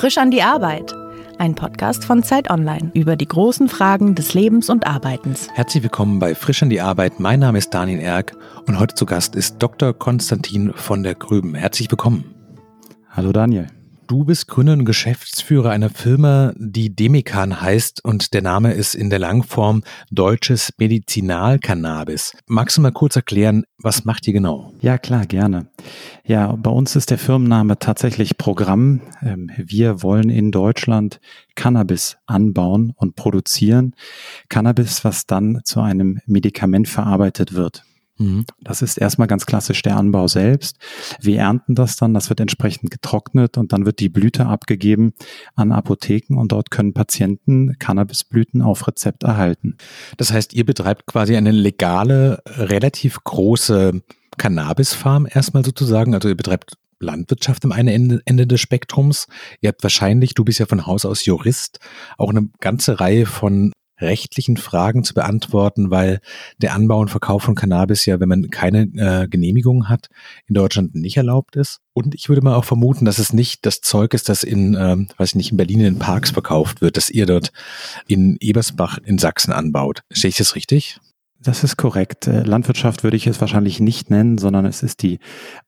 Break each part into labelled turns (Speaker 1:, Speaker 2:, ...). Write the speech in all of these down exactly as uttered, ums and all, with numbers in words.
Speaker 1: Frisch an die Arbeit. Ein Podcast von Zeit Online über die großen Fragen des Lebens und Arbeitens.
Speaker 2: Herzlich willkommen bei Frisch an die Arbeit. Mein Name ist Daniel Erck und heute zu Gast ist Doktor Konstantin von der Grüben. Herzlich willkommen.
Speaker 3: Hallo Daniel.
Speaker 2: Du bist Gründer und Geschäftsführer einer Firma, die Demikan heißt und der Name ist in der Langform Deutsches Medizinalcannabis. Magst du mal kurz erklären, was macht ihr genau?
Speaker 3: Ja, klar, gerne. Ja, bei uns ist der Firmenname tatsächlich Programm. Wir wollen in Deutschland Cannabis anbauen und produzieren. Cannabis, was dann zu einem Medikament verarbeitet wird. Das ist erstmal ganz klassisch der Anbau selbst. Wir ernten das dann, das wird entsprechend getrocknet und dann wird die Blüte abgegeben an Apotheken und dort können Patienten Cannabisblüten auf Rezept erhalten.
Speaker 2: Das heißt, ihr betreibt quasi eine legale, relativ große Cannabisfarm erstmal sozusagen, also ihr betreibt Landwirtschaft am einen Ende, Ende des Spektrums. Ihr habt wahrscheinlich, du bist ja von Haus aus Jurist, auch eine ganze Reihe von rechtlichen Fragen zu beantworten, weil der Anbau und Verkauf von Cannabis ja, wenn man keine äh, Genehmigung hat, in Deutschland nicht erlaubt ist. Und ich würde mal auch vermuten, dass es nicht das Zeug ist, das in, ähm, weiß ich nicht, in Berlin in den Parks verkauft wird, dass ihr dort in Ebersbach in Sachsen anbaut. Sehe ich das richtig?
Speaker 3: Das ist korrekt. Landwirtschaft würde ich es wahrscheinlich nicht nennen, sondern es ist die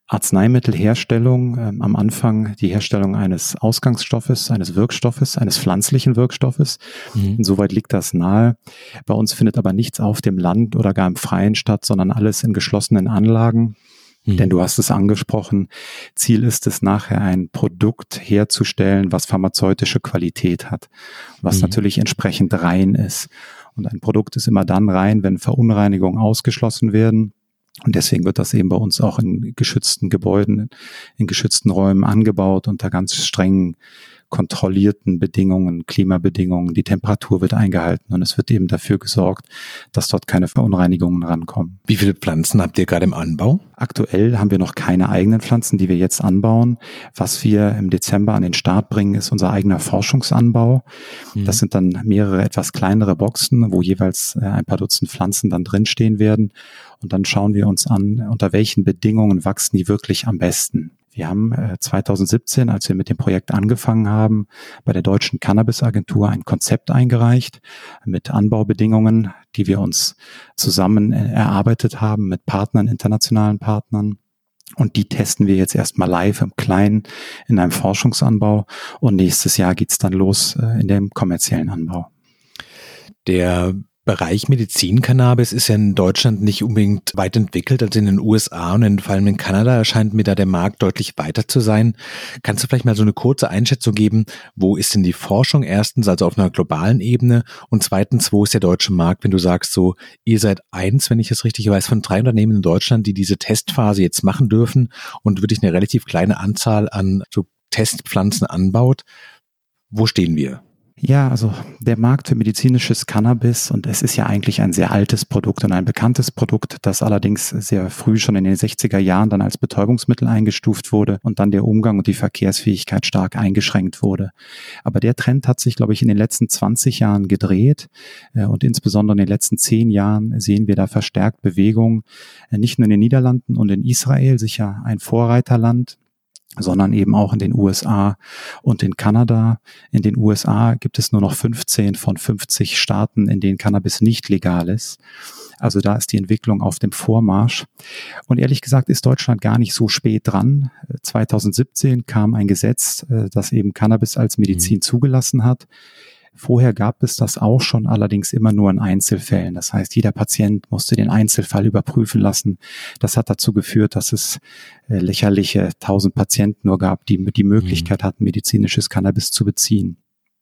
Speaker 3: Arzneimittelherstellung, ähm, am Anfang die Herstellung eines Ausgangsstoffes, eines Wirkstoffes, eines pflanzlichen Wirkstoffes. Mhm. Insoweit liegt das nahe. Bei uns findet aber nichts auf dem Land oder gar im Freien statt, sondern alles in geschlossenen Anlagen. Mhm. Denn du hast es angesprochen, Ziel ist es nachher ein Produkt herzustellen, was pharmazeutische Qualität hat, was mhm. natürlich entsprechend rein ist. Und ein Produkt ist immer dann rein, wenn Verunreinigungen ausgeschlossen werden. Und deswegen wird das eben bei uns auch in geschützten Gebäuden, in geschützten Räumen angebaut unter ganz strengen kontrollierten Bedingungen, Klimabedingungen. Die Temperatur wird eingehalten und es wird eben dafür gesorgt, dass dort keine Verunreinigungen rankommen.
Speaker 2: Wie viele Pflanzen habt ihr gerade im Anbau?
Speaker 3: Aktuell haben wir noch keine eigenen Pflanzen, die wir jetzt anbauen. Was wir im Dezember an den Start bringen, ist unser eigener Forschungsanbau. Mhm. Das sind dann mehrere etwas kleinere Boxen, wo jeweils ein paar Dutzend Pflanzen dann drinstehen werden. Und dann schauen wir uns an, unter welchen Bedingungen wachsen die wirklich am besten. Wir haben äh, zwanzig siebzehn, als wir mit dem Projekt angefangen haben, bei der Deutschen Cannabis-Agentur ein Konzept eingereicht mit Anbaubedingungen, die wir uns zusammen äh, erarbeitet haben mit Partnern, internationalen Partnern. Und die testen wir jetzt erstmal live im Kleinen in einem Forschungsanbau. Und nächstes Jahr geht's dann los äh, in dem kommerziellen Anbau.
Speaker 2: Der Bereich Medizincannabis ist ja in Deutschland nicht unbedingt weit entwickelt als in den U S A und vor allem in Kanada erscheint mir da der Markt deutlich weiter zu sein. Kannst du vielleicht mal so eine kurze Einschätzung geben, wo ist denn die Forschung erstens, also auf einer globalen Ebene und zweitens, wo ist der deutsche Markt, wenn du sagst so, ihr seid eins, wenn ich es richtig weiß, von drei Unternehmen in Deutschland, die diese Testphase jetzt machen dürfen und wirklich eine relativ kleine Anzahl an so Testpflanzen anbaut. Wo stehen wir?
Speaker 3: Ja, also der Markt für medizinisches Cannabis, und es ist ja eigentlich ein sehr altes Produkt und ein bekanntes Produkt, das allerdings sehr früh schon in den sechziger Jahren dann als Betäubungsmittel eingestuft wurde und dann der Umgang und die Verkehrsfähigkeit stark eingeschränkt wurde. Aber der Trend hat sich, glaube ich, in den letzten zwanzig Jahren gedreht und insbesondere in den letzten zehn Jahren sehen wir da verstärkt Bewegung, nicht nur in den Niederlanden und in Israel, sicher ein Vorreiterland, sondern eben auch in den U S A und in Kanada. In den U S A gibt es nur noch fünfzehn von fünfzig Staaten, in denen Cannabis nicht legal ist. Also da ist die Entwicklung auf dem Vormarsch. Und ehrlich gesagt ist Deutschland gar nicht so spät dran. zwanzig siebzehn kam ein Gesetz, das eben Cannabis als Medizin mhm. zugelassen hat. Vorher gab es das auch schon, allerdings immer nur in Einzelfällen. Das heißt, jeder Patient musste den Einzelfall überprüfen lassen. Das hat dazu geführt, dass es äh, lächerliche tausend Patienten nur gab, die die Möglichkeit hatten, medizinisches Cannabis zu beziehen.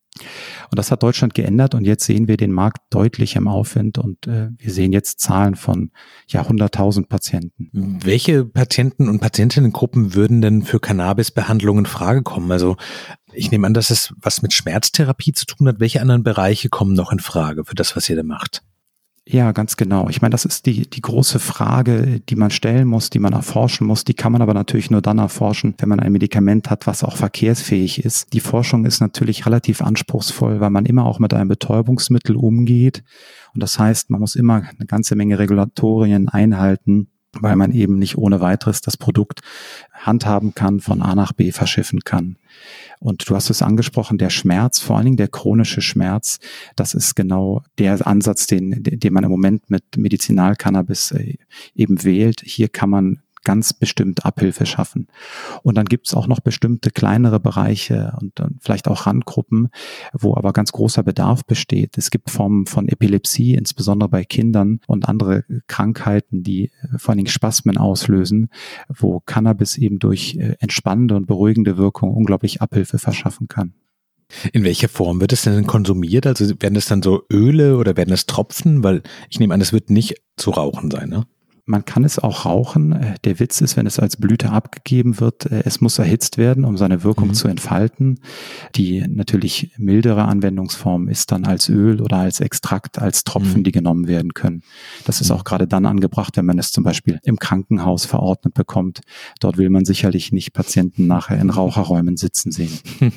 Speaker 3: Und das hat Deutschland geändert und jetzt sehen wir den Markt deutlich im Aufwind und äh, wir sehen jetzt Zahlen von ja hunderttausend Patienten.
Speaker 2: Welche Patienten und Patientinnengruppen würden denn für Cannabisbehandlungen in Frage kommen? Also ich nehme an, dass es was mit Schmerztherapie zu tun hat. Welche anderen Bereiche kommen noch in Frage für das, was ihr da macht?
Speaker 3: Ja, ganz genau. Ich meine, das ist die die große Frage, die man stellen muss, die man erforschen muss. Die kann man aber natürlich nur dann erforschen, wenn man ein Medikament hat, was auch verkehrsfähig ist. Die Forschung ist natürlich relativ anspruchsvoll, weil man immer auch mit einem Betäubungsmittel umgeht. Und das heißt, man muss immer eine ganze Menge Regulatorien einhalten. weil man eben nicht ohne weiteres das Produkt handhaben kann, von A nach B verschiffen kann. Und du hast es angesprochen, der Schmerz, vor allen Dingen der chronische Schmerz, das ist genau der Ansatz, den, den man im Moment mit Medizinalcannabis eben wählt. Hier kann man ganz bestimmt Abhilfe schaffen. Und dann gibt es auch noch bestimmte kleinere Bereiche und dann vielleicht auch Randgruppen, wo aber ganz großer Bedarf besteht. Es gibt Formen von Epilepsie, insbesondere bei Kindern und andere Krankheiten, die vor allen Dingen Spasmen auslösen, wo Cannabis eben durch entspannende und beruhigende Wirkung unglaublich Abhilfe verschaffen kann.
Speaker 2: In welcher Form wird es denn konsumiert? Also werden das dann so Öle oder werden das Tropfen? Weil ich nehme an, es wird nicht zu rauchen sein, ne?
Speaker 3: Man kann es auch rauchen. Der Witz ist, wenn es als Blüte abgegeben wird, es muss erhitzt werden, um seine Wirkung mhm. zu entfalten. Die natürlich mildere Anwendungsform ist dann als Öl oder als Extrakt, als Tropfen, mhm. die genommen werden können. Das ist auch gerade dann angebracht, wenn man es zum Beispiel im Krankenhaus verordnet bekommt. Dort will man sicherlich nicht Patienten nachher in Raucherräumen sitzen sehen.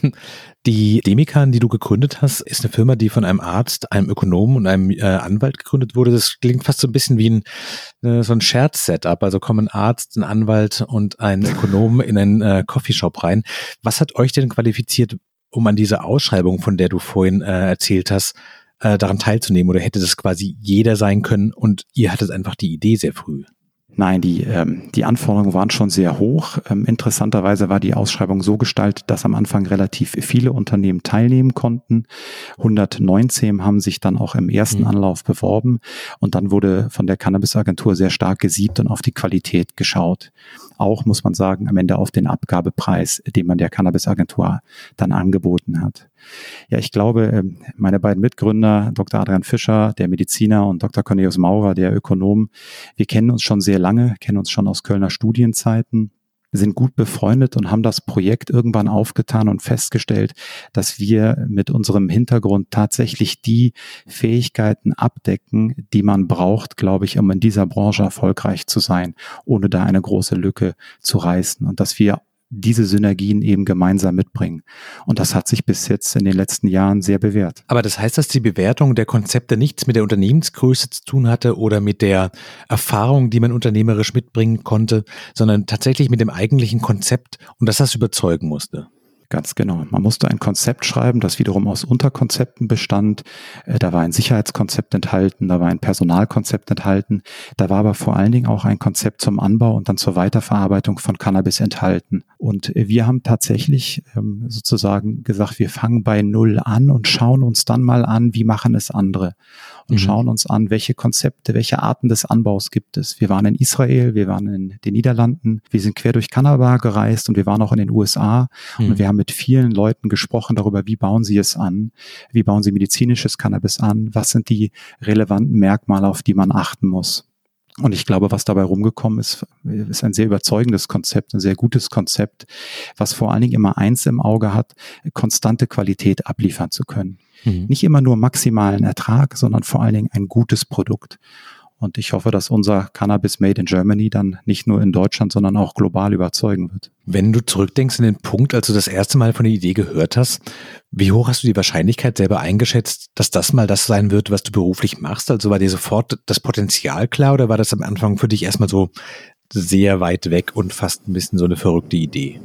Speaker 2: Die Demikan, die du gegründet hast, ist eine Firma, die von einem Arzt, einem Ökonomen und einem äh, Anwalt gegründet wurde. Das klingt fast so ein bisschen wie ein, äh, so ein Scherz-Setup. Also kommen ein Arzt, ein Anwalt und ein Ökonom in einen äh, Coffeeshop rein. Was hat euch denn qualifiziert, um an dieser Ausschreibung, von der du vorhin äh, erzählt hast, äh, daran teilzunehmen? Oder hätte das quasi jeder sein können und ihr hattet einfach die Idee sehr früh?
Speaker 3: Nein, die, ähm, die Anforderungen waren schon sehr hoch. Ähm, interessanterweise war die Ausschreibung so gestaltet, dass am Anfang relativ viele Unternehmen teilnehmen konnten. hundertneunzehn haben sich dann auch im ersten mhm. Anlauf beworben und dann wurde von der Cannabis-Agentur sehr stark gesiebt und auf die Qualität geschaut. Auch, muss man sagen, am Ende auf den Abgabepreis, den man der Cannabis-Agentur dann angeboten hat. Ja, ich glaube, meine beiden Mitgründer, Doktor Adrian Fischer, der Mediziner, und Doktor Cornelius Maurer, der Ökonom, wir kennen uns schon sehr lange, kennen uns schon aus Kölner Studienzeiten, sind gut befreundet und haben das Projekt irgendwann aufgetan und festgestellt, dass wir mit unserem Hintergrund tatsächlich die Fähigkeiten abdecken, die man braucht, glaube ich, um in dieser Branche erfolgreich zu sein, ohne da eine große Lücke zu reißen, und dass wir diese Synergien eben gemeinsam mitbringen. Und das hat sich bis jetzt in den letzten Jahren sehr bewährt.
Speaker 2: Aber das heißt, dass die Bewertung der Konzepte nichts mit der Unternehmensgröße zu tun hatte oder mit der Erfahrung, die man unternehmerisch mitbringen konnte, sondern tatsächlich mit dem eigentlichen Konzept und dass das überzeugen musste.
Speaker 3: Ganz genau. Man musste ein Konzept schreiben, das wiederum aus Unterkonzepten bestand. Da war ein Sicherheitskonzept enthalten, da war ein Personalkonzept enthalten, da war aber vor allen Dingen auch ein Konzept zum Anbau und dann zur Weiterverarbeitung von Cannabis enthalten. Und wir haben tatsächlich ähm, sozusagen gesagt, wir fangen bei Null an und schauen uns dann mal an, wie machen es andere. Und mhm. schauen uns an, welche Konzepte, welche Arten des Anbaus gibt es. Wir waren in Israel, wir waren in den Niederlanden, wir sind quer durch Kanada gereist und wir waren auch in den U S A. Mhm. Und wir haben mit vielen Leuten gesprochen darüber, wie bauen sie es an, wie bauen sie medizinisches Cannabis an, was sind die relevanten Merkmale, auf die man achten muss. Und ich glaube, was dabei rumgekommen ist, ist ein sehr überzeugendes Konzept, ein sehr gutes Konzept, was vor allen Dingen immer eins im Auge hat, konstante Qualität abliefern zu können. Mhm. Nicht immer nur maximalen Ertrag, sondern vor allen Dingen ein gutes Produkt. Und ich hoffe, dass unser Cannabis Made in Germany dann nicht nur in Deutschland, sondern auch global überzeugen wird.
Speaker 2: Wenn du zurückdenkst in den Punkt, als du das erste Mal von der Idee gehört hast, wie hoch hast du die Wahrscheinlichkeit selber eingeschätzt, dass das mal das sein wird, was du beruflich machst? Also war dir sofort das Potenzial klar oder war das am Anfang für dich erstmal so sehr weit weg und fast ein bisschen so eine verrückte Idee?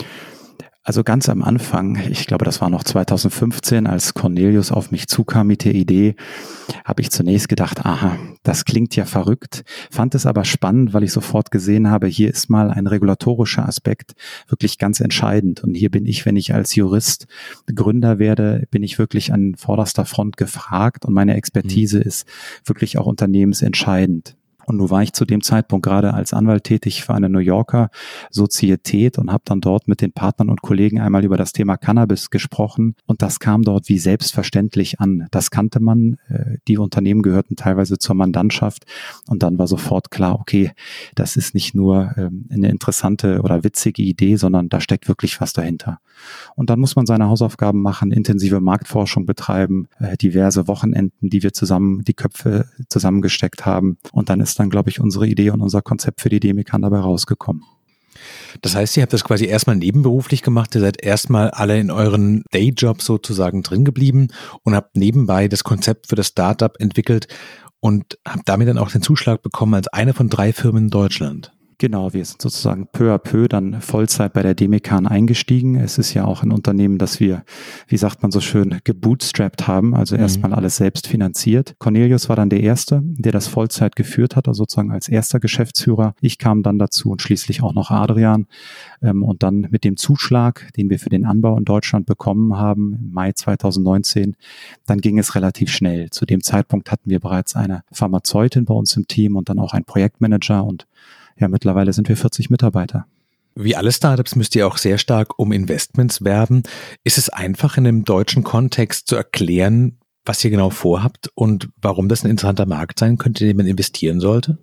Speaker 3: Also ganz am Anfang, ich glaube, das war noch zweitausendfünfzehn, als Cornelius auf mich zukam mit der Idee, habe ich zunächst gedacht, aha, das klingt ja verrückt, fand es aber spannend, weil ich sofort gesehen habe, hier ist mal ein regulatorischer Aspekt wirklich ganz entscheidend. Und hier bin ich, wenn ich als Jurist Gründer werde, bin ich wirklich an vorderster Front gefragt und meine Expertise mhm. ist wirklich auch unternehmensentscheidend. Und nun war ich zu dem Zeitpunkt gerade als Anwalt tätig für eine New Yorker Sozietät und habe dann dort mit den Partnern und Kollegen einmal über das Thema Cannabis gesprochen. Und das kam dort wie selbstverständlich an. Das kannte man. Die Unternehmen gehörten teilweise zur Mandantschaft. Und dann war sofort klar, okay, das ist nicht nur eine interessante oder witzige Idee, sondern da steckt wirklich was dahinter. Und dann muss man seine Hausaufgaben machen, intensive Marktforschung betreiben, diverse Wochenenden, die wir zusammen, die Köpfe zusammengesteckt haben. Und dann ist dann, glaube ich, unsere Idee und unser Konzept für die Demikan dabei rausgekommen.
Speaker 2: Das heißt, ihr habt das quasi erstmal nebenberuflich gemacht, ihr seid erstmal alle in euren Dayjobs sozusagen drin geblieben und habt nebenbei das Konzept für das Startup entwickelt und habt damit dann auch den Zuschlag bekommen als eine von drei Firmen in Deutschland.
Speaker 3: Genau, wir sind sozusagen peu à peu dann Vollzeit bei der Demekan eingestiegen. Es ist ja auch ein Unternehmen, das wir, wie sagt man so schön, gebootstrapped haben, also mhm. erstmal alles selbst finanziert. Cornelius war dann der Erste, der das Vollzeit geführt hat, also sozusagen als erster Geschäftsführer. Ich kam dann dazu und schließlich auch noch Adrian. Und dann mit dem Zuschlag, den wir für den Anbau in Deutschland bekommen haben, im Mai zweitausendneunzehn, dann ging es relativ schnell. Zu dem Zeitpunkt hatten wir bereits eine Pharmazeutin bei uns im Team und dann auch einen Projektmanager und ja, mittlerweile sind wir vierzig Mitarbeiter.
Speaker 2: Wie alle Startups müsst ihr auch sehr stark um Investments werben. Ist es einfach in einem deutschen Kontext zu erklären, was ihr genau vorhabt und warum das ein interessanter Markt sein könnte, in den man investieren sollte?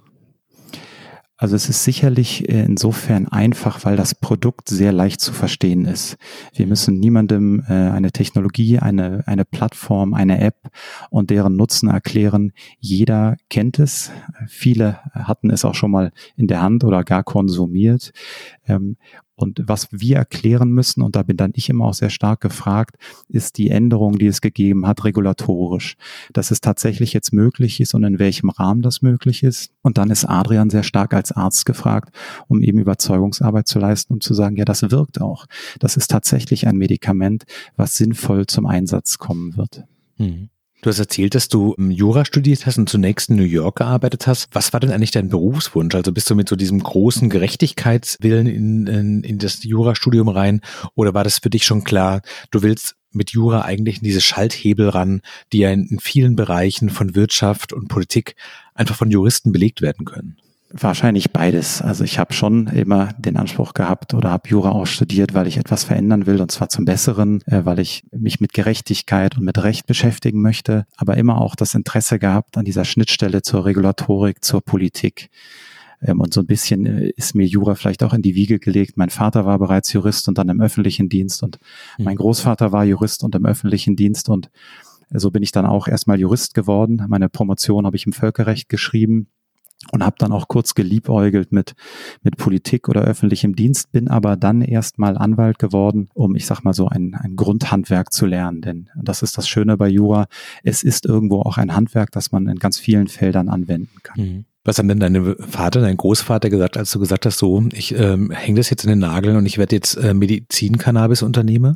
Speaker 3: Also es ist sicherlich insofern einfach, weil das Produkt sehr leicht zu verstehen ist. Wir müssen niemandem äh, eine Technologie, eine, eine Plattform, eine App und deren Nutzen erklären. Jeder kennt es. Viele hatten es auch schon mal in der Hand oder gar konsumiert. Ähm, Und was wir erklären müssen, und da bin dann ich immer auch sehr stark gefragt, ist die Änderung, die es gegeben hat, regulatorisch. Dass es tatsächlich jetzt möglich ist und in welchem Rahmen das möglich ist. Und dann ist Adrian sehr stark als Arzt gefragt, um eben Überzeugungsarbeit zu leisten, um zu sagen, ja, das wirkt auch. Das ist tatsächlich ein Medikament, was sinnvoll zum Einsatz kommen wird.
Speaker 2: Mhm. Du hast erzählt, dass du Jura studiert hast und zunächst in New York gearbeitet hast. Was war denn eigentlich dein Berufswunsch? Also bist du mit so diesem großen Gerechtigkeitswillen in, in, in das Jurastudium rein oder war das für dich schon klar, du willst mit Jura eigentlich in diese Schalthebel ran, die ja in, in vielen Bereichen von Wirtschaft und Politik einfach von Juristen belegt werden können?
Speaker 3: Wahrscheinlich beides. Also ich habe schon immer den Anspruch gehabt oder habe Jura auch studiert, weil ich etwas verändern will und zwar zum Besseren, äh, weil ich mich mit Gerechtigkeit und mit Recht beschäftigen möchte, aber immer auch das Interesse gehabt an dieser Schnittstelle zur Regulatorik, zur Politik. Ähm, und so ein bisschen äh, ist mir Jura vielleicht auch in die Wiege gelegt. Mein Vater war bereits Jurist und dann im öffentlichen Dienst und mhm. mein Großvater war Jurist und im öffentlichen Dienst und äh, so bin ich dann auch erstmal Jurist geworden. Meine Promotion habe ich im Völkerrecht geschrieben. Und habe dann auch kurz geliebäugelt mit mit Politik oder öffentlichem Dienst, bin aber dann erstmal Anwalt geworden, um, ich sag mal so, ein, ein Grundhandwerk zu lernen. Denn das ist das Schöne bei Jura, es ist irgendwo auch ein Handwerk, das man in ganz vielen Feldern anwenden kann.
Speaker 2: Mhm. Was haben denn deine Vater, dein Großvater gesagt, als du gesagt hast, so, ich ähm, hänge das jetzt in den Nagel und ich werde jetzt äh, Medizin-Cannabis-Unternehmer?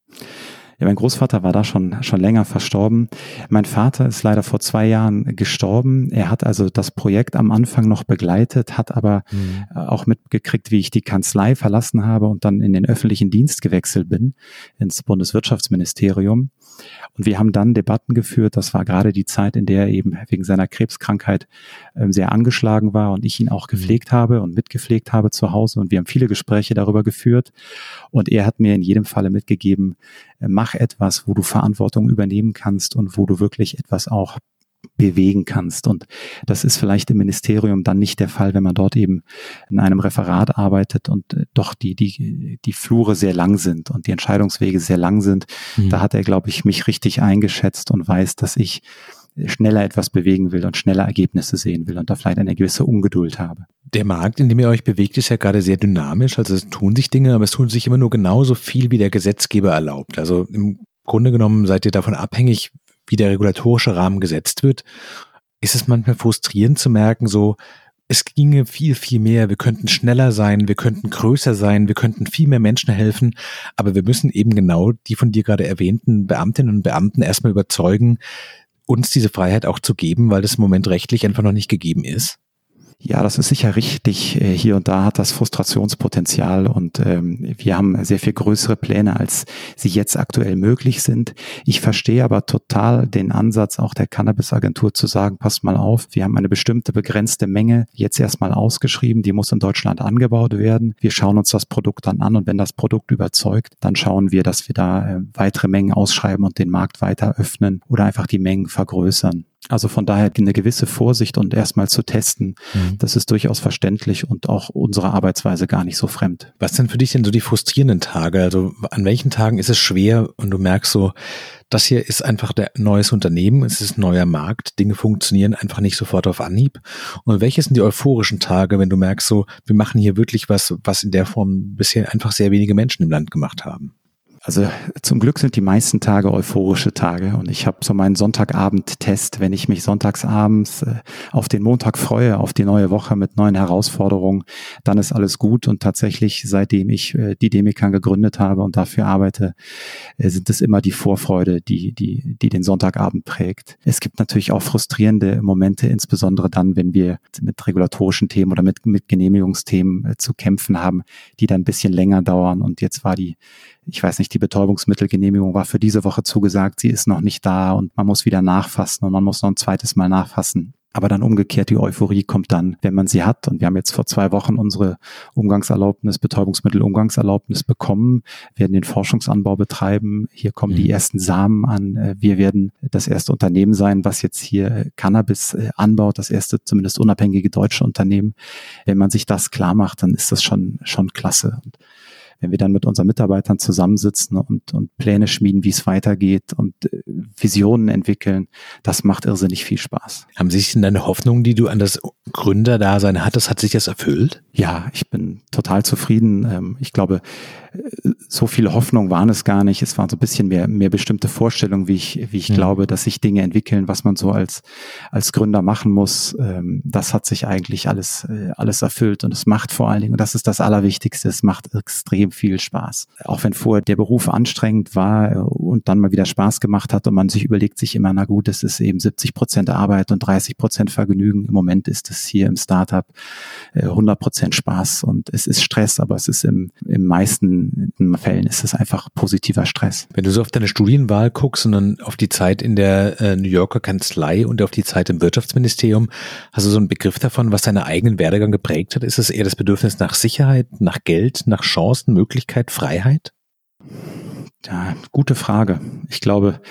Speaker 3: Ja, mein Großvater war da schon schon länger verstorben. Mein Vater ist leider vor zwei Jahren gestorben. Er hat also das Projekt am Anfang noch begleitet, hat aber mhm. auch mitgekriegt, wie ich die Kanzlei verlassen habe und dann in den öffentlichen Dienst gewechselt bin, ins Bundeswirtschaftsministerium. Und wir haben dann Debatten geführt. Das war gerade die Zeit, in der er eben wegen seiner Krebskrankheit äh, sehr angeschlagen war und ich ihn auch gepflegt habe und mitgepflegt habe zu Hause. Und wir haben viele Gespräche darüber geführt. Und er hat mir in jedem Falle mitgegeben, äh, mach etwas, wo du Verantwortung übernehmen kannst und wo du wirklich etwas auch bewegen kannst. Und das ist vielleicht im Ministerium dann nicht der Fall, wenn man dort eben in einem Referat arbeitet und äh, doch die, die, die Flure sehr lang sind und die Entscheidungswege sehr lang sind. Mhm. Da hat er, glaube ich, mich richtig eingeschätzt und weiß, dass ich schneller etwas bewegen will und schneller Ergebnisse sehen will und da vielleicht eine gewisse Ungeduld habe.
Speaker 2: Der Markt, in dem ihr euch bewegt, ist ja gerade sehr dynamisch. Also es tun sich Dinge, aber es tun sich immer nur genauso viel, wie der Gesetzgeber erlaubt. Also im Grunde genommen seid ihr davon abhängig, wie der regulatorische Rahmen gesetzt wird. Ist es manchmal frustrierend zu merken, so, es ginge viel, viel mehr, wir könnten schneller sein, wir könnten größer sein, wir könnten viel mehr Menschen helfen, aber wir müssen eben genau die von dir gerade erwähnten Beamtinnen und Beamten erstmal überzeugen, uns diese Freiheit auch zu geben, weil das im Moment rechtlich einfach noch nicht gegeben ist?
Speaker 3: Ja, das ist sicher richtig. Hier und da hat das Frustrationspotenzial und ähm, wir haben sehr viel größere Pläne, als sie jetzt aktuell möglich sind. Ich verstehe aber total den Ansatz auch der Cannabis-Agentur zu sagen, passt mal auf, wir haben eine bestimmte begrenzte Menge jetzt erstmal ausgeschrieben, die muss in Deutschland angebaut werden. Wir schauen uns das Produkt dann an und wenn das Produkt überzeugt, dann schauen wir, dass wir da äh, weitere Mengen ausschreiben und den Markt weiter öffnen oder einfach die Mengen vergrößern. Also von daher eine gewisse Vorsicht und erstmal zu testen, mhm. das ist durchaus verständlich und auch unserer Arbeitsweise gar nicht so fremd.
Speaker 2: Was sind für dich denn so die frustrierenden Tage? Also an welchen Tagen ist es schwer und du merkst so, das hier ist einfach der neues Unternehmen, es ist ein neuer Markt, Dinge funktionieren einfach nicht sofort auf Anhieb. Und welche sind die euphorischen Tage, wenn du merkst so, wir machen hier wirklich was, was in der Form bisher einfach sehr wenige Menschen im Land gemacht haben?
Speaker 3: Also zum Glück sind die meisten Tage euphorische Tage und ich habe so meinen Sonntagabend-Test, wenn ich mich sonntagsabends äh, auf den Montag freue, auf die neue Woche mit neuen Herausforderungen, dann ist alles gut und tatsächlich, seitdem ich äh, die Demikan gegründet habe und dafür arbeite, äh, sind es immer die Vorfreude, die, die, die den Sonntagabend prägt. Es gibt natürlich auch frustrierende Momente, insbesondere dann, wenn wir mit regulatorischen Themen oder mit, mit Genehmigungsthemen äh, zu kämpfen haben, die dann ein bisschen länger dauern und jetzt war die Ich weiß nicht, die Betäubungsmittelgenehmigung war für diese Woche zugesagt, sie ist noch nicht da und man muss wieder nachfassen und man muss noch ein zweites Mal nachfassen. Aber dann umgekehrt, die Euphorie kommt dann, wenn man sie hat. Und wir haben jetzt vor zwei Wochen unsere Umgangserlaubnis, Betäubungsmittelumgangserlaubnis bekommen, werden den Forschungsanbau betreiben. Hier kommen die ersten Samen an. Wir werden das erste Unternehmen sein, was jetzt hier Cannabis anbaut, das erste zumindest unabhängige deutsche Unternehmen. Wenn man sich das klar macht, dann ist das schon, schon klasse. Und wenn wir dann mit unseren Mitarbeitern zusammensitzen und, und Pläne schmieden, wie es weitergeht und äh, Visionen entwickeln, das macht irrsinnig viel Spaß.
Speaker 2: Haben sich denn deine Hoffnungen, die du an das Gründerdasein hattest, hat sich das erfüllt?
Speaker 3: Ja, ich bin total zufrieden. Ähm, ich glaube, so viele Hoffnungen waren es gar nicht. Es waren so ein bisschen mehr, mehr bestimmte Vorstellungen, wie ich, wie ich mhm. glaube, dass sich Dinge entwickeln, was man so als, als Gründer machen muss. Ähm, das hat sich eigentlich alles, äh, alles erfüllt und es macht vor allen Dingen, und das ist das Allerwichtigste, es macht extrem viel Spaß. Auch wenn vorher der Beruf anstrengend war und dann mal wieder Spaß gemacht hat und man sich überlegt sich immer, na gut, es ist eben siebzig Prozent Arbeit und dreißig Prozent Vergnügen. Im Moment ist es hier im Startup äh, hundert Prozent Spaß und es ist Stress, aber es ist im, im meisten in Fällen ist es einfach positiver Stress.
Speaker 2: Wenn du so auf deine Studienwahl guckst und dann auf die Zeit in der äh, New Yorker Kanzlei und auf die Zeit im Wirtschaftsministerium, hast du so einen Begriff davon, was deinen eigenen Werdegang geprägt hat? Ist es eher das Bedürfnis nach Sicherheit, nach Geld, nach Chancen, Möglichkeit, Freiheit?
Speaker 3: Ja, gute Frage. Ich glaube,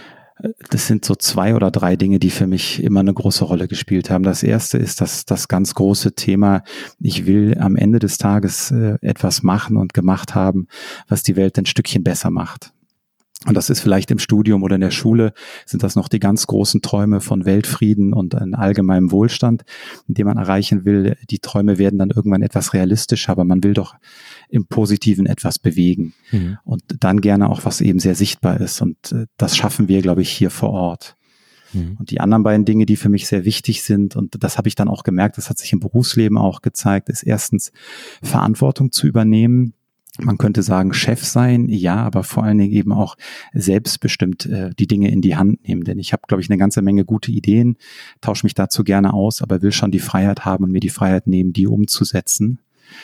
Speaker 3: das sind so zwei oder drei Dinge, die für mich immer eine große Rolle gespielt haben. Das erste ist das, das ganz große Thema, ich will am Ende des Tages äh, etwas machen und gemacht haben, was die Welt ein Stückchen besser macht. Und das ist vielleicht im Studium oder in der Schule, sind das noch die ganz großen Träume von Weltfrieden und einem allgemeinen Wohlstand, den man erreichen will. Die Träume werden dann irgendwann etwas realistischer, aber man will doch im Positiven etwas bewegen. Mhm. Und dann gerne auch, was eben sehr sichtbar ist. Und äh, das schaffen wir, glaube ich, hier vor Ort. Mhm. Und die anderen beiden Dinge, die für mich sehr wichtig sind, und das habe ich dann auch gemerkt, das hat sich im Berufsleben auch gezeigt, ist erstens Verantwortung zu übernehmen. Man könnte sagen, Chef sein, ja, aber vor allen Dingen eben auch selbstbestimmt äh, die Dinge in die Hand nehmen. Denn ich habe, glaube ich, eine ganze Menge gute Ideen, tausche mich dazu gerne aus, aber will schon die Freiheit haben und mir die Freiheit nehmen, die umzusetzen.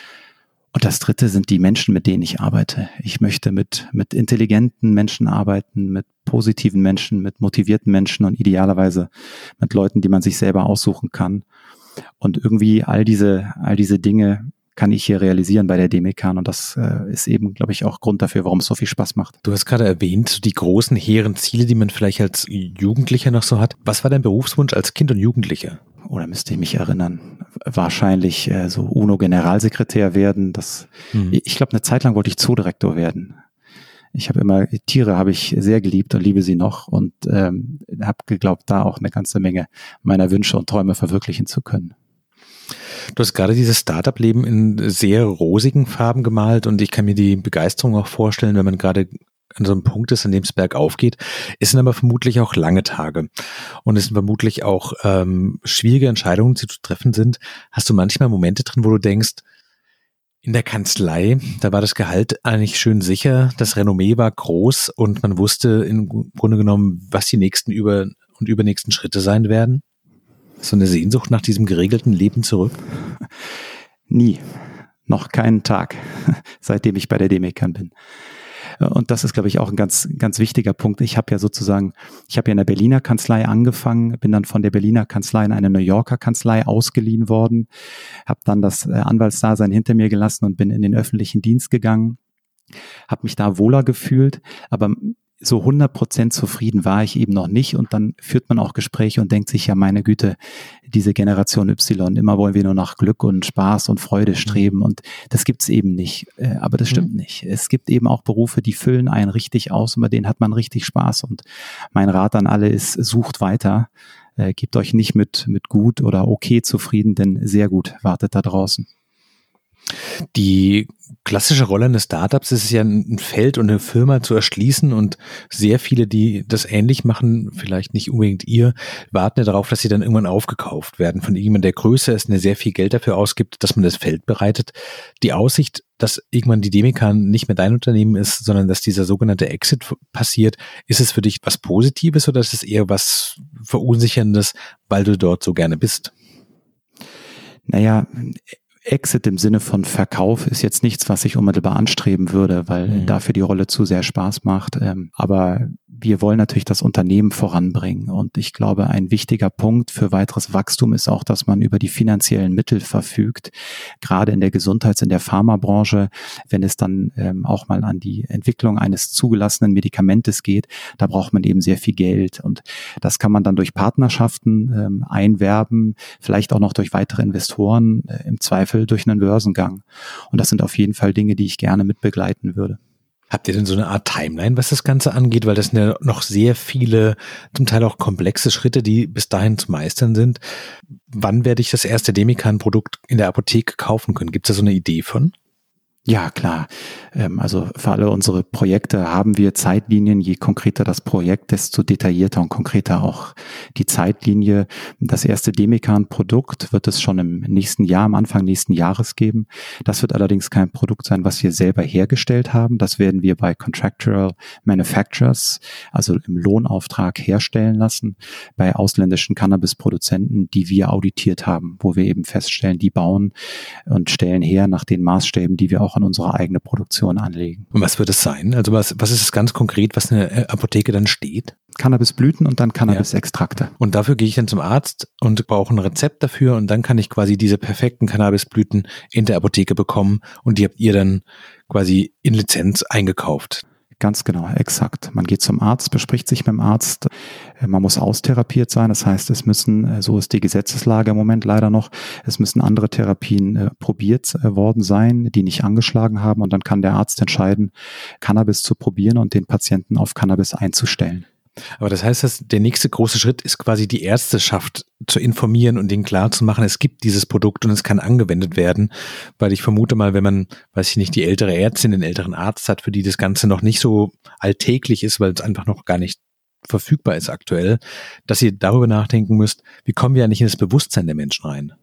Speaker 3: Und das Dritte sind die Menschen, mit denen ich arbeite. Ich möchte mit mit intelligenten Menschen arbeiten, mit positiven Menschen, mit motivierten Menschen und idealerweise mit Leuten, die man sich selber aussuchen kann. Und irgendwie all diese all diese Dinge kann ich hier realisieren bei der Demikan und das äh, ist eben, glaube ich, auch Grund dafür, warum es so viel Spaß macht.
Speaker 2: Du hast gerade erwähnt, die großen, hehren Ziele, die man vielleicht als Jugendlicher noch so hat. Was war dein Berufswunsch als Kind und Jugendlicher?
Speaker 3: Oder müsste ich mich erinnern? Wahrscheinlich äh, so UNO-Generalsekretär werden. Das, mhm. Ich glaube, eine Zeit lang wollte ich Zoodirektor werden. Ich habe immer, Tiere habe ich sehr geliebt und liebe sie noch und ähm, habe geglaubt, da auch eine ganze Menge meiner Wünsche und Träume verwirklichen zu können.
Speaker 2: Du hast gerade dieses Startup-Leben in sehr rosigen Farben gemalt und ich kann mir die Begeisterung auch vorstellen, wenn man gerade an so einem Punkt ist, an dem es bergauf geht. Es sind aber vermutlich auch lange Tage und es sind vermutlich auch ähm, schwierige Entscheidungen, die zu treffen sind. Hast du manchmal Momente drin, wo du denkst, in der Kanzlei, da war das Gehalt eigentlich schön sicher, das Renommee war groß und man wusste im Grunde genommen, was die nächsten über- und übernächsten Schritte sein werden? So eine Sehnsucht nach diesem geregelten Leben zurück?
Speaker 3: Nie. Noch keinen Tag, seitdem ich bei der Demikan bin. Und das ist, glaube ich, auch ein ganz, ganz wichtiger Punkt. Ich habe ja sozusagen, ich habe ja in der Berliner Kanzlei angefangen, bin dann von der Berliner Kanzlei in eine New Yorker Kanzlei ausgeliehen worden, habe dann das Anwaltsdasein hinter mir gelassen und bin in den öffentlichen Dienst gegangen, habe mich da wohler gefühlt, aber so hundert Prozent zufrieden war ich eben noch nicht und dann führt man auch Gespräche und denkt sich, ja meine Güte, diese Generation Y, immer wollen wir nur nach Glück und Spaß und Freude streben und das gibt's eben nicht, aber das stimmt nicht. Es gibt eben auch Berufe, die füllen einen richtig aus und bei denen hat man richtig Spaß und mein Rat an alle ist, sucht weiter, äh, gebt euch nicht mit, mit gut oder okay zufrieden, denn sehr gut wartet da draußen.
Speaker 2: Die klassische Rolle eines Startups ist es ja, ein Feld und eine Firma zu erschließen, und sehr viele, die das ähnlich machen, vielleicht nicht unbedingt ihr, warten ja darauf, dass sie dann irgendwann aufgekauft werden von jemandem, der größer ist und der sehr viel Geld dafür ausgibt, dass man das Feld bereitet. Die Aussicht, dass irgendwann die Demikan nicht mehr dein Unternehmen ist, sondern dass dieser sogenannte Exit passiert, ist es für dich was Positives oder ist es eher was Verunsicherndes, weil du dort so gerne bist?
Speaker 3: Naja, Exit im Sinne von Verkauf ist jetzt nichts, was ich unmittelbar anstreben würde, weil mhm. dafür die Rolle zu sehr Spaß macht. Aber wir wollen natürlich das Unternehmen voranbringen. Und ich glaube, ein wichtiger Punkt für weiteres Wachstum ist auch, dass man über die finanziellen Mittel verfügt. Gerade in der Gesundheits-, in der Pharmabranche, wenn es dann ähm, auch mal an die Entwicklung eines zugelassenen Medikamentes geht, da braucht man eben sehr viel Geld. Und das kann man dann durch Partnerschaften ähm, einwerben, vielleicht auch noch durch weitere Investoren, äh, im Zweifel durch einen Börsengang. Und das sind auf jeden Fall Dinge, die ich gerne mitbegleiten würde.
Speaker 2: Habt ihr denn so eine Art Timeline, was das Ganze angeht? Weil das sind ja noch sehr viele, zum Teil auch komplexe Schritte, die bis dahin zu meistern sind. Wann werde ich das erste Demikan-Produkt in der Apotheke kaufen können? Gibt es da so eine Idee von?
Speaker 3: Ja, klar. Also für alle unsere Projekte haben wir Zeitlinien. Je konkreter das Projekt, desto detaillierter und konkreter auch die Zeitlinie. Das erste Demikan-Produkt wird es schon im nächsten Jahr, am Anfang nächsten Jahres geben. Das wird allerdings kein Produkt sein, was wir selber hergestellt haben. Das werden wir bei Contractual Manufacturers, also im Lohnauftrag, herstellen lassen, bei ausländischen Cannabis-Produzenten, die wir auditiert haben, wo wir eben feststellen, die bauen und stellen her nach den Maßstäben, die wir auch an unsere eigene Produktion anlegen.
Speaker 2: Und was wird es sein? Also was, was ist es ganz konkret, was in der Apotheke dann steht?
Speaker 3: Cannabisblüten und dann Cannabisextrakte.
Speaker 2: Ja. Und dafür gehe ich dann zum Arzt und brauche ein Rezept dafür und dann kann ich quasi diese perfekten Cannabisblüten in der Apotheke bekommen und die habt ihr dann quasi in Lizenz eingekauft.
Speaker 3: Ganz genau, exakt. Man geht zum Arzt, bespricht sich mit dem Arzt. Man muss austherapiert sein. Das heißt, es müssen, so ist die Gesetzeslage im Moment leider noch, es müssen andere Therapien äh, probiert äh, worden sein, die nicht angeschlagen haben. Und dann kann der Arzt entscheiden, Cannabis zu probieren und den Patienten auf Cannabis einzustellen.
Speaker 2: Aber das heißt, dass der nächste große Schritt ist quasi die Ärzteschaft zu informieren und denen klar zu machen, es gibt dieses Produkt und es kann angewendet werden, weil ich vermute mal, wenn man, weiß ich nicht, die ältere Ärztin, den älteren Arzt hat, für die das Ganze noch nicht so alltäglich ist, weil es einfach noch gar nicht verfügbar ist aktuell, dass ihr darüber nachdenken müsst, wie kommen wir ja nicht in das Bewusstsein der Menschen rein?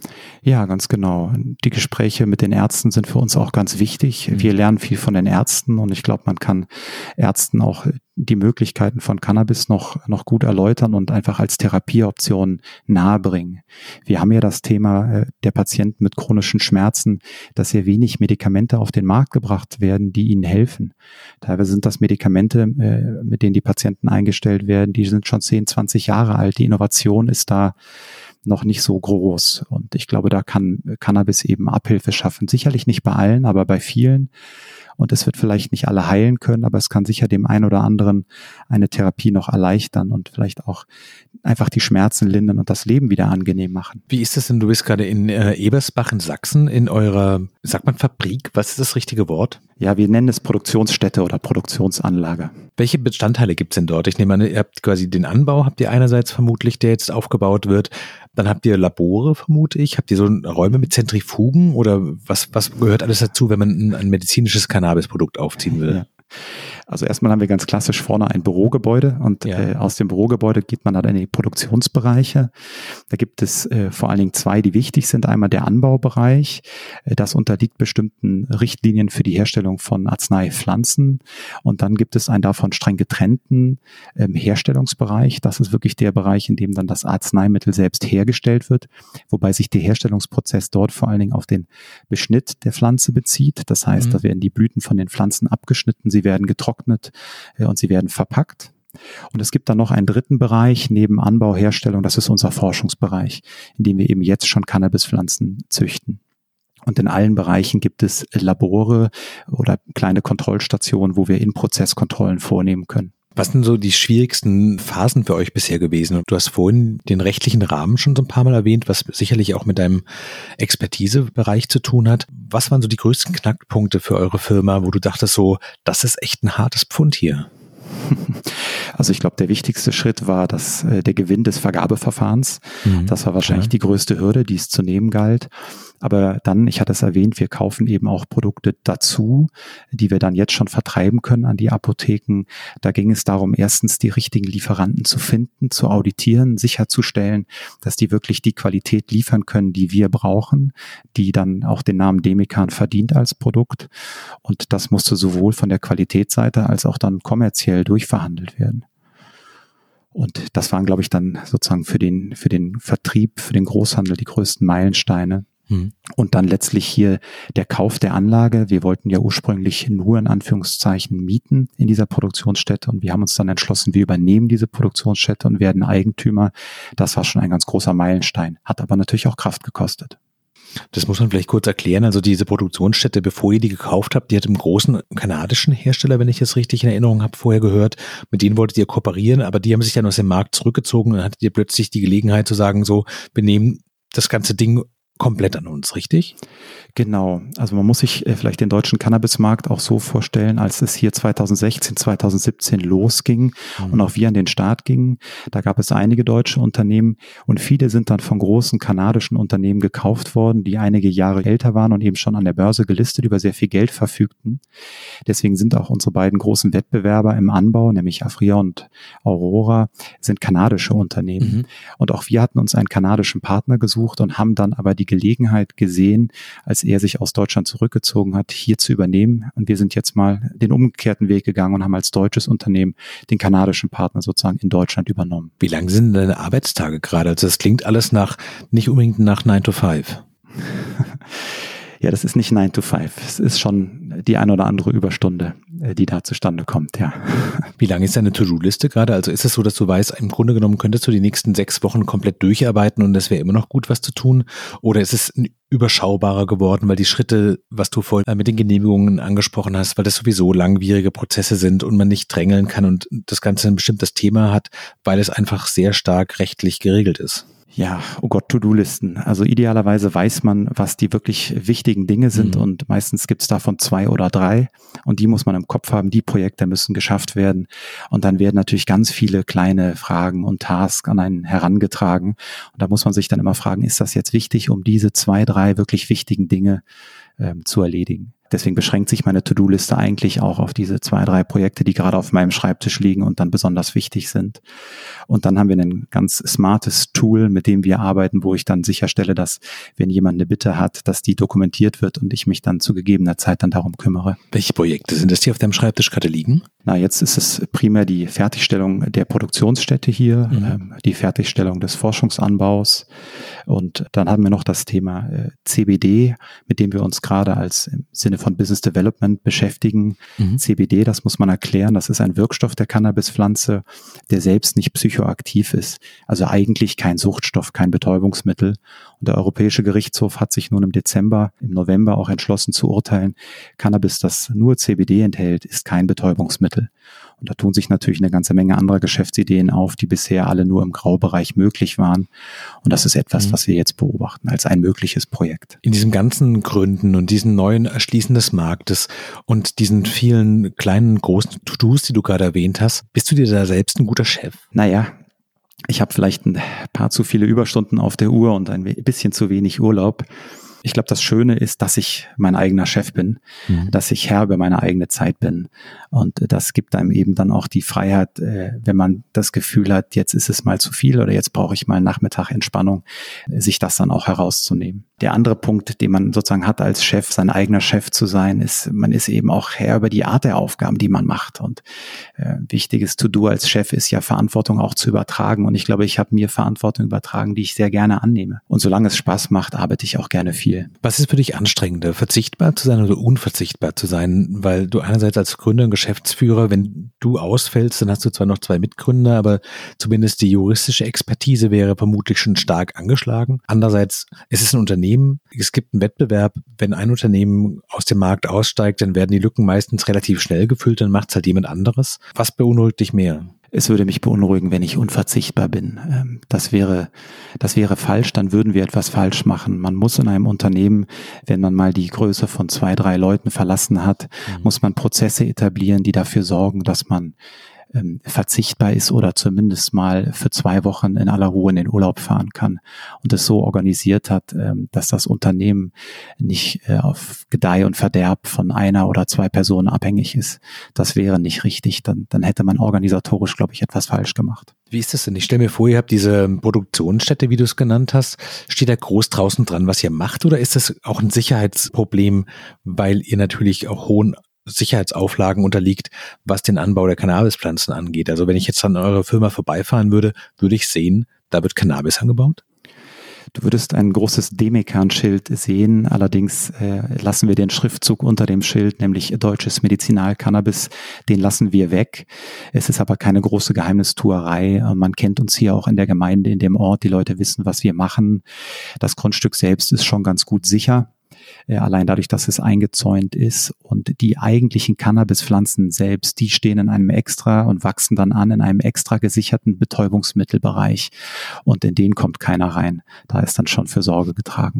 Speaker 3: Ja, ganz genau. Die Gespräche mit den Ärzten sind für uns auch ganz wichtig. Wir lernen viel von den Ärzten und ich glaube, man kann Ärzten auch die Möglichkeiten von Cannabis noch, noch gut erläutern und einfach als Therapieoption nahebringen. Wir haben ja das Thema der Patienten mit chronischen Schmerzen, dass sehr wenig Medikamente auf den Markt gebracht werden, die ihnen helfen. Teilweise sind das Medikamente, mit denen die Patienten eingestellt werden, die sind schon zehn, zwanzig Jahre alt. Die Innovation ist da noch nicht so groß. Und ich glaube, da kann Cannabis eben Abhilfe schaffen. Sicherlich nicht bei allen, aber bei vielen. Und es wird vielleicht nicht alle heilen können, aber es kann sicher dem einen oder anderen eine Therapie noch erleichtern und vielleicht auch einfach die Schmerzen lindern und das Leben wieder angenehm machen.
Speaker 2: Wie ist das denn? Du bist gerade in äh, Ebersbach in Sachsen in eurer, sagt man Fabrik? Was ist das richtige Wort?
Speaker 3: Ja, wir nennen es Produktionsstätte oder Produktionsanlage.
Speaker 2: Welche Bestandteile gibt es denn dort? Ich nehme an, ihr habt quasi den Anbau, habt ihr einerseits vermutlich, der jetzt aufgebaut wird. Dann habt ihr Labore, vermute ich. Habt ihr so Räume mit Zentrifugen oder was, was gehört alles dazu, wenn man ein, ein medizinisches Cannabisprodukt aufziehen will?
Speaker 3: Ja. Also erstmal haben wir ganz klassisch vorne ein Bürogebäude und ja. äh, aus dem Bürogebäude geht man dann in die Produktionsbereiche. Da gibt es äh, vor allen Dingen zwei, die wichtig sind. Einmal der Anbaubereich. Äh, das unterliegt bestimmten Richtlinien für die Herstellung von Arzneipflanzen. Und dann gibt es einen davon streng getrennten ähm, Herstellungsbereich. Das ist wirklich der Bereich, in dem dann das Arzneimittel selbst hergestellt wird, wobei sich der Herstellungsprozess dort vor allen Dingen auf den Beschnitt der Pflanze bezieht. Das heißt, mhm. da werden die Blüten von den Pflanzen abgeschnitten, sie werden getrocknet und sie werden verpackt. Und es gibt dann noch einen dritten Bereich neben Anbau, Herstellung, das ist unser Forschungsbereich, in dem wir eben jetzt schon Cannabispflanzen züchten. Und in allen Bereichen gibt es Labore oder kleine Kontrollstationen, wo wir In-Prozess-Kontrollen vornehmen können.
Speaker 2: Was sind so die schwierigsten Phasen für euch bisher gewesen? Du hast vorhin den rechtlichen Rahmen schon so ein paar Mal erwähnt, was sicherlich auch mit deinem Expertisebereich zu tun hat. Was waren so die größten Knackpunkte für eure Firma, wo du dachtest so, das ist echt ein hartes Pfund hier?
Speaker 3: Also ich glaube, der wichtigste Schritt war das, äh, der Gewinn des Vergabeverfahrens. Mhm, das war wahrscheinlich klar. Die größte Hürde, die es zu nehmen galt. Aber dann, ich hatte es erwähnt, wir kaufen eben auch Produkte dazu, die wir dann jetzt schon vertreiben können an die Apotheken. Da ging es darum, erstens die richtigen Lieferanten zu finden, zu auditieren, sicherzustellen, dass die wirklich die Qualität liefern können, die wir brauchen, die dann auch den Namen Demikan verdient als Produkt. Und das musste sowohl von der Qualitätsseite als auch dann kommerziell durchverhandelt werden. Und das waren, glaube ich, dann sozusagen für den, für den Vertrieb, für den Großhandel die größten Meilensteine. Hm. Und dann letztlich hier der Kauf der Anlage. Wir wollten ja ursprünglich nur in Anführungszeichen mieten in dieser Produktionsstätte und wir haben uns dann entschlossen, wir übernehmen diese Produktionsstätte und werden Eigentümer. Das war schon ein ganz großer Meilenstein, hat aber natürlich auch Kraft gekostet.
Speaker 2: Das muss man vielleicht kurz erklären. Also diese Produktionsstätte, bevor ihr die gekauft habt, die hat einem großen kanadischen Hersteller, wenn ich es richtig in Erinnerung habe, vorher gehört. Mit denen wolltet ihr kooperieren, aber die haben sich dann aus dem Markt zurückgezogen und dann hattet ihr plötzlich die Gelegenheit zu sagen, so, wir nehmen das ganze Ding komplett an uns, richtig?
Speaker 3: Genau. Also man muss sich vielleicht den deutschen Cannabismarkt auch so vorstellen, als es hier zweitausendsechzehn, zweitausendsiebzehn losging mhm. und auch wir an den Start gingen. Da gab es einige deutsche Unternehmen und viele sind dann von großen kanadischen Unternehmen gekauft worden, die einige Jahre älter waren und eben schon an der Börse gelistet, über sehr viel Geld verfügten. Deswegen sind auch unsere beiden großen Wettbewerber im Anbau, nämlich Aphria und Aurora, sind kanadische Unternehmen. Mhm. Und auch wir hatten uns einen kanadischen Partner gesucht und haben dann aber die Gelegenheit gesehen, als er sich aus Deutschland zurückgezogen hat, hier zu übernehmen. Und wir sind jetzt mal den umgekehrten Weg gegangen und haben als deutsches Unternehmen den kanadischen Partner sozusagen in Deutschland übernommen.
Speaker 2: Wie lang sind deine Arbeitstage gerade? Also das klingt alles nach, nicht unbedingt nach nine to five.
Speaker 3: Ja, das ist nicht nine to five. Es ist schon die ein oder andere Überstunde, die da zustande kommt, ja.
Speaker 2: Wie lange ist deine To-Do-Liste gerade? Also ist es so, dass du weißt, im Grunde genommen könntest du die nächsten sechs Wochen komplett durcharbeiten und es wäre immer noch gut, was zu tun? Oder ist es überschaubarer geworden, weil die Schritte, was du vorhin mit den Genehmigungen angesprochen hast, weil das sowieso langwierige Prozesse sind und man nicht drängeln kann und das Ganze ein bestimmtes Thema hat, weil es einfach sehr stark rechtlich geregelt ist?
Speaker 3: Ja, oh Gott, To-Do-Listen. Also idealerweise weiß man, was die wirklich wichtigen Dinge sind mhm. und meistens gibt es davon zwei oder drei und die muss man im Kopf haben, die Projekte müssen geschafft werden und dann werden natürlich ganz viele kleine Fragen und Tasks an einen herangetragen und da muss man sich dann immer fragen, ist das jetzt wichtig, um diese zwei, drei wirklich wichtigen Dinge ähm, zu erledigen? Deswegen beschränkt sich meine To-Do-Liste eigentlich auch auf diese zwei, drei Projekte, die gerade auf meinem Schreibtisch liegen und dann besonders wichtig sind. Und dann haben wir ein ganz smartes Tool, mit dem wir arbeiten, wo ich dann sicherstelle, dass, wenn jemand eine Bitte hat, dass die dokumentiert wird und ich mich dann zu gegebener Zeit dann darum kümmere.
Speaker 2: Welche Projekte sind das, die auf deinem Schreibtisch gerade liegen?
Speaker 3: Na, jetzt ist es primär die Fertigstellung der Produktionsstätte hier, mhm. ähm, die Fertigstellung des Forschungsanbaus und dann haben wir noch das Thema äh, C B D, mit dem wir uns gerade als im Sinne von Business Development beschäftigen. Mhm. C B D, das muss man erklären, das ist ein Wirkstoff der Cannabispflanze, der selbst nicht psychoaktiv ist, also eigentlich kein Suchtstoff, kein Betäubungsmittel. Und der Europäische Gerichtshof hat sich nun im Dezember, im November auch entschlossen zu urteilen, Cannabis, das nur C B D enthält, ist kein Betäubungsmittel. Und da tun sich natürlich eine ganze Menge anderer Geschäftsideen auf, die bisher alle nur im Graubereich möglich waren. Und das ist etwas, was wir jetzt beobachten als ein mögliches Projekt.
Speaker 2: In diesem ganzen Gründen und diesen neuen Erschließen des Marktes und diesen vielen kleinen, großen To-Dos, die du gerade erwähnt hast, bist du dir da selbst ein guter Chef?
Speaker 3: Naja, ich habe vielleicht ein paar zu viele Überstunden auf der Uhr und ein bisschen zu wenig Urlaub. Ich glaube, das Schöne ist, dass ich mein eigener Chef bin, mhm. dass ich Herr über meine eigene Zeit bin. Und das gibt einem eben dann auch die Freiheit, äh, wenn man das Gefühl hat, jetzt ist es mal zu viel oder jetzt brauche ich mal einen Nachmittag Entspannung, sich das dann auch herauszunehmen. Der andere Punkt, den man sozusagen hat als Chef, sein eigener Chef zu sein, ist, man ist eben auch Herr über die Art der Aufgaben, die man macht. Und äh, wichtiges To-Do als Chef ist ja, Verantwortung auch zu übertragen. Und ich glaube, ich habe mir Verantwortung übertragen, die ich sehr gerne annehme. Und solange es Spaß macht, arbeite ich auch gerne viel.
Speaker 2: Was ist für dich anstrengender, verzichtbar zu sein oder unverzichtbar zu sein? Weil du einerseits als Gründer und Geschäftsführer, wenn du ausfällst, dann hast du zwar noch zwei Mitgründer, aber zumindest die juristische Expertise wäre vermutlich schon stark angeschlagen. Andererseits, es ist ein Unternehmen, es gibt einen Wettbewerb. Wenn ein Unternehmen aus dem Markt aussteigt, dann werden die Lücken meistens relativ schnell gefüllt, dann macht es halt jemand anderes. Was beunruhigt dich mehr?
Speaker 3: Es würde mich beunruhigen, wenn ich unverzichtbar bin. Das wäre, das wäre falsch, dann würden wir etwas falsch machen. Man muss in einem Unternehmen, wenn man mal die Größe von zwei, drei Leuten verlassen hat, mhm. muss man Prozesse etablieren, die dafür sorgen, dass man ähm, verzichtbar ist oder zumindest mal für zwei Wochen in aller Ruhe in den Urlaub fahren kann und es so organisiert hat, ähm, dass das Unternehmen nicht äh, auf Gedeih und Verderb von einer oder zwei Personen abhängig ist. Das wäre nicht richtig. Dann, dann hätte man organisatorisch, glaube ich, etwas falsch gemacht.
Speaker 2: Wie ist das denn? Ich stelle mir vor, ihr habt diese Produktionsstätte, wie du es genannt hast. Steht da groß draußen dran, was ihr macht, oder ist das auch ein Sicherheitsproblem, weil ihr natürlich auch hohen Sicherheitsauflagen unterliegt, was den Anbau der Cannabispflanzen angeht? Also wenn ich jetzt an eurer Firma vorbeifahren würde, würde ich sehen, da wird Cannabis angebaut?
Speaker 3: Du würdest ein großes Demekan-Schild sehen, allerdings äh, lassen wir den Schriftzug unter dem Schild, nämlich deutsches Medizinalcannabis, den lassen wir weg. Es ist aber keine große Geheimnistuerei. Man kennt uns hier auch in der Gemeinde, in dem Ort. Die Leute wissen, was wir machen. Das Grundstück selbst ist schon ganz gut sicher. Allein dadurch, dass es eingezäunt ist, und die eigentlichen Cannabispflanzen selbst, die stehen in einem extra und wachsen dann an in einem extra gesicherten Betäubungsmittelbereich, und in den kommt keiner rein. Da ist dann schon für Sorge getragen.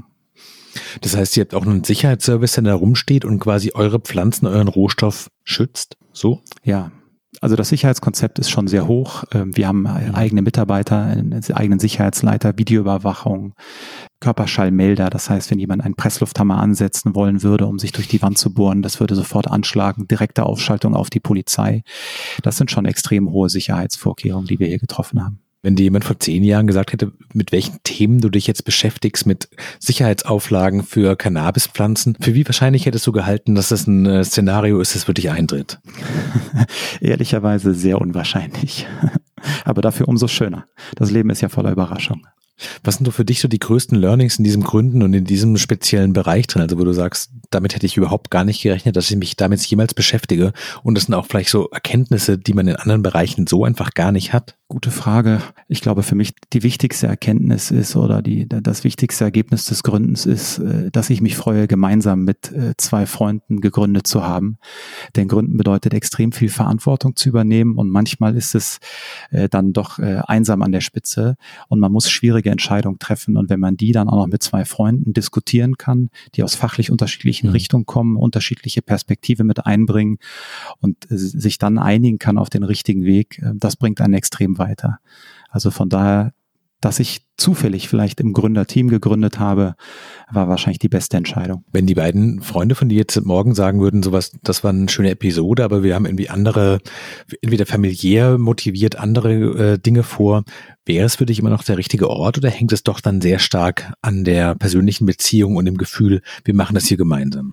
Speaker 2: Das heißt, ihr habt auch einen Sicherheitsservice, der da rumsteht und quasi eure Pflanzen, euren Rohstoff schützt? So?
Speaker 3: Ja. Also das Sicherheitskonzept ist schon sehr hoch. Wir haben eigene Mitarbeiter, einen eigenen Sicherheitsleiter, Videoüberwachung, Körperschallmelder. Das heißt, wenn jemand einen Presslufthammer ansetzen wollen würde, um sich durch die Wand zu bohren, das würde sofort anschlagen. Direkte Aufschaltung auf die Polizei. Das sind schon extrem hohe Sicherheitsvorkehrungen, die wir hier getroffen haben.
Speaker 2: Wenn dir jemand vor zehn Jahren gesagt hätte, mit welchen Themen du dich jetzt beschäftigst, mit Sicherheitsauflagen für Cannabispflanzen, für wie wahrscheinlich hättest du gehalten, dass das ein Szenario ist, das wirklich eintritt?
Speaker 3: Ehrlicherweise sehr unwahrscheinlich. Aber dafür umso schöner. Das Leben ist ja voller Überraschung.
Speaker 2: Was sind so für dich so die größten Learnings in diesem Gründen und in diesem speziellen Bereich drin? Also wo du sagst, damit hätte ich überhaupt gar nicht gerechnet, dass ich mich damit jemals beschäftige. Und das sind auch vielleicht so Erkenntnisse, die man in anderen Bereichen so einfach gar nicht hat.
Speaker 3: Gute Frage. Ich glaube, für mich die wichtigste Erkenntnis ist oder die, das wichtigste Ergebnis des Gründens ist, dass ich mich freue, gemeinsam mit zwei Freunden gegründet zu haben. Denn Gründen bedeutet extrem viel Verantwortung zu übernehmen, und manchmal ist es dann doch einsam an der Spitze und man muss schwierige Entscheidungen treffen. Und wenn man die dann auch noch mit zwei Freunden diskutieren kann, die aus fachlich unterschiedlichen mhm. Richtungen kommen, unterschiedliche Perspektive mit einbringen und sich dann einigen kann auf den richtigen Weg, das bringt einen extrem weiter. Also von daher, dass ich zufällig vielleicht im Gründerteam gegründet habe, war wahrscheinlich die beste Entscheidung.
Speaker 2: Wenn die beiden Freunde von dir jetzt morgen sagen würden, sowas, das war eine schöne Episode, aber wir haben irgendwie andere, entweder familiär motiviert andere äh, Dinge vor, wäre es für dich immer noch der richtige Ort, oder hängt es doch dann sehr stark an der persönlichen Beziehung und dem Gefühl, wir machen das hier gemeinsam?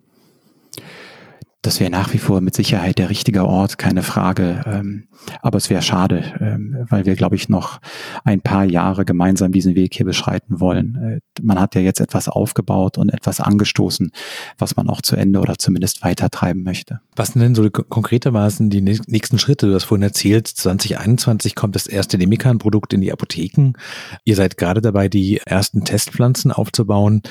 Speaker 3: Das wäre nach wie vor mit Sicherheit der richtige Ort, keine Frage. Ähm, aber es wäre schade, ähm, weil wir, glaube ich, noch ein paar Jahre gemeinsam diesen Weg hier beschreiten wollen. Äh, man hat ja jetzt etwas aufgebaut und etwas angestoßen, was man auch zu Ende oder zumindest weiter treiben möchte.
Speaker 2: Was sind denn so konkretermaßen die nächsten Schritte? Du hast vorhin erzählt, zwanzig einundzwanzig kommt das erste Demekan-Produkt in die Apotheken. Ihr seid gerade dabei, die ersten Testpflanzen aufzubauen.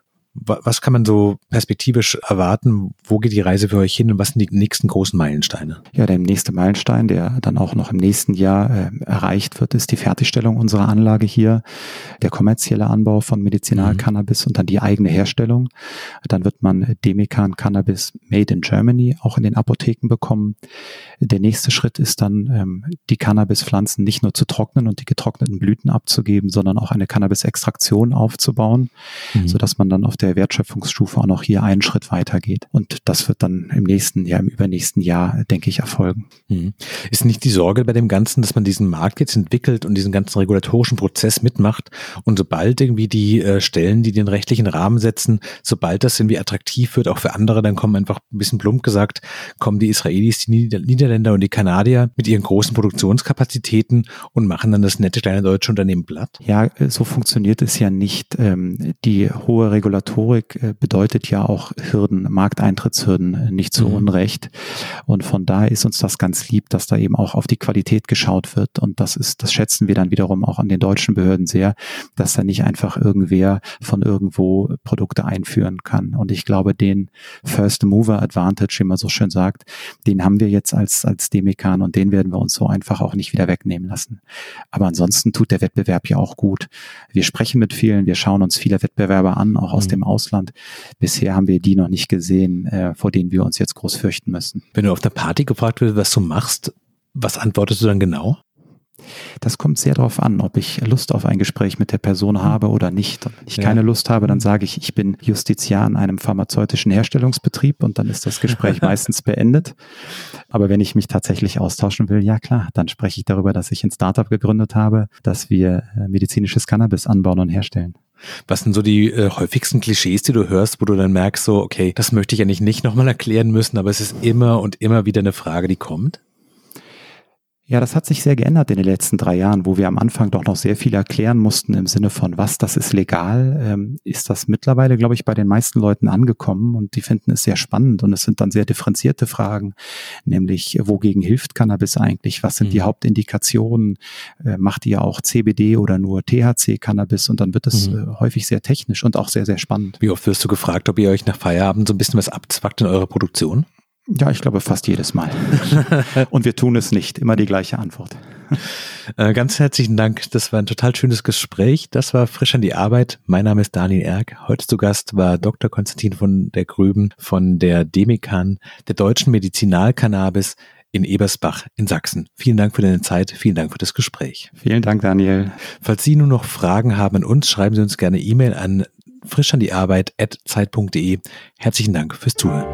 Speaker 2: Was kann man so perspektivisch erwarten? Wo geht die Reise für euch hin und was sind die nächsten großen Meilensteine?
Speaker 3: Ja, der nächste Meilenstein, der dann auch noch im nächsten Jahr äh, erreicht wird, ist die Fertigstellung unserer Anlage hier, der kommerzielle Anbau von Medizinalcannabis mhm. und dann die eigene Herstellung. Dann wird man Demekan Cannabis Made in Germany auch in den Apotheken bekommen. Der nächste Schritt ist dann, ähm, die Cannabispflanzen nicht nur zu trocknen und die getrockneten Blüten abzugeben, sondern auch eine Cannabis-Extraktion aufzubauen, mhm. sodass man dann auf der Wertschöpfungsstufe auch noch hier einen Schritt weiter geht. Und das wird dann im nächsten Jahr, im übernächsten Jahr, denke ich, erfolgen.
Speaker 2: Mhm. Ist nicht die Sorge bei dem Ganzen, dass man diesen Markt jetzt entwickelt und diesen ganzen regulatorischen Prozess mitmacht und sobald irgendwie die äh, Stellen, die den rechtlichen Rahmen setzen, sobald das irgendwie attraktiv wird, auch für andere, dann kommen einfach ein bisschen plump gesagt, kommen die Israelis, die Nieder- Niederländer und die Kanadier mit ihren großen Produktionskapazitäten und machen dann das nette kleine deutsche Unternehmen platt?
Speaker 3: Ja, so funktioniert es ja nicht. Ähm, die hohe Regulatorik bedeutet ja auch Hürden, Markteintrittshürden, nicht zu mhm. Unrecht. Und von daher ist uns das ganz lieb, dass da eben auch auf die Qualität geschaut wird. Und das ist, das schätzen wir dann wiederum auch an den deutschen Behörden sehr, dass da nicht einfach irgendwer von irgendwo Produkte einführen kann. Und ich glaube, den First Mover Advantage, wie man so schön sagt, den haben wir jetzt als, als Demekan und den werden wir uns so einfach auch nicht wieder wegnehmen lassen. Aber ansonsten tut der Wettbewerb ja auch gut. Wir sprechen mit vielen, wir schauen uns viele Wettbewerber an, auch aus mhm. dem Ausland. Bisher haben wir die noch nicht gesehen, äh, vor denen wir uns jetzt groß fürchten müssen.
Speaker 2: Wenn du auf der Party gefragt wirst, was du machst, Was antwortest du dann genau?
Speaker 3: Das kommt sehr darauf an, ob ich Lust auf ein Gespräch mit der Person habe oder nicht. Und wenn ich
Speaker 2: Ja.
Speaker 3: keine Lust habe, dann sage ich, ich bin Justiziar in einem pharmazeutischen Herstellungsbetrieb und dann ist das Gespräch meistens beendet. Aber wenn ich mich tatsächlich austauschen will, ja klar, dann spreche ich darüber, dass ich ein Startup gegründet habe, dass wir äh, medizinisches Cannabis anbauen und herstellen.
Speaker 2: Was sind so die äh, häufigsten Klischees, die du hörst, wo du dann merkst, so, okay, das möchte ich eigentlich nicht nochmal erklären müssen, aber es ist immer und immer wieder eine Frage, die kommt?
Speaker 3: Ja, das hat sich sehr geändert in den letzten drei Jahren, wo wir am Anfang doch noch sehr viel erklären mussten im Sinne von, was, das ist legal, ähm, ist das mittlerweile, glaube ich, bei den meisten Leuten angekommen und die finden es sehr spannend und es sind dann sehr differenzierte Fragen, nämlich wogegen hilft Cannabis eigentlich, was sind mhm. die Hauptindikationen, äh, macht ihr auch C B D oder nur T H C-Cannabis und dann wird es mhm. äh, häufig sehr technisch und auch sehr, sehr spannend.
Speaker 2: Wie oft wirst du gefragt, ob ihr euch nach Feierabend so ein bisschen was abzwackt in eurer Produktion?
Speaker 3: Ja, ich glaube fast jedes Mal. Und wir tun es nicht. Immer die gleiche Antwort.
Speaker 2: Äh, ganz herzlichen Dank. Das war ein total schönes Gespräch. Das war Frisch an die Arbeit. Mein Name ist Daniel Erck. Heute zu Gast war Doktor Konstantin von der Gröben von der DEMECAN, der Deutschen Medizinalcannabis in Ebersbach in Sachsen. Vielen Dank für deine Zeit. Vielen Dank für das Gespräch.
Speaker 3: Vielen Dank, Daniel.
Speaker 2: Falls Sie nun noch Fragen haben an uns, schreiben Sie uns gerne E-Mail an frischandiearbeit at zeit punkt de. Herzlichen Dank fürs Zuhören.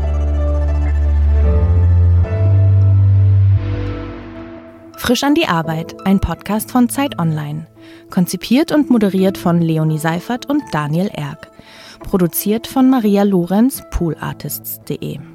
Speaker 1: Frisch an die Arbeit, ein Podcast von Zeit Online. Konzipiert und moderiert von Leonie Seifert und Daniel Erck. Produziert von Maria Lorenz, poolartists punkt de.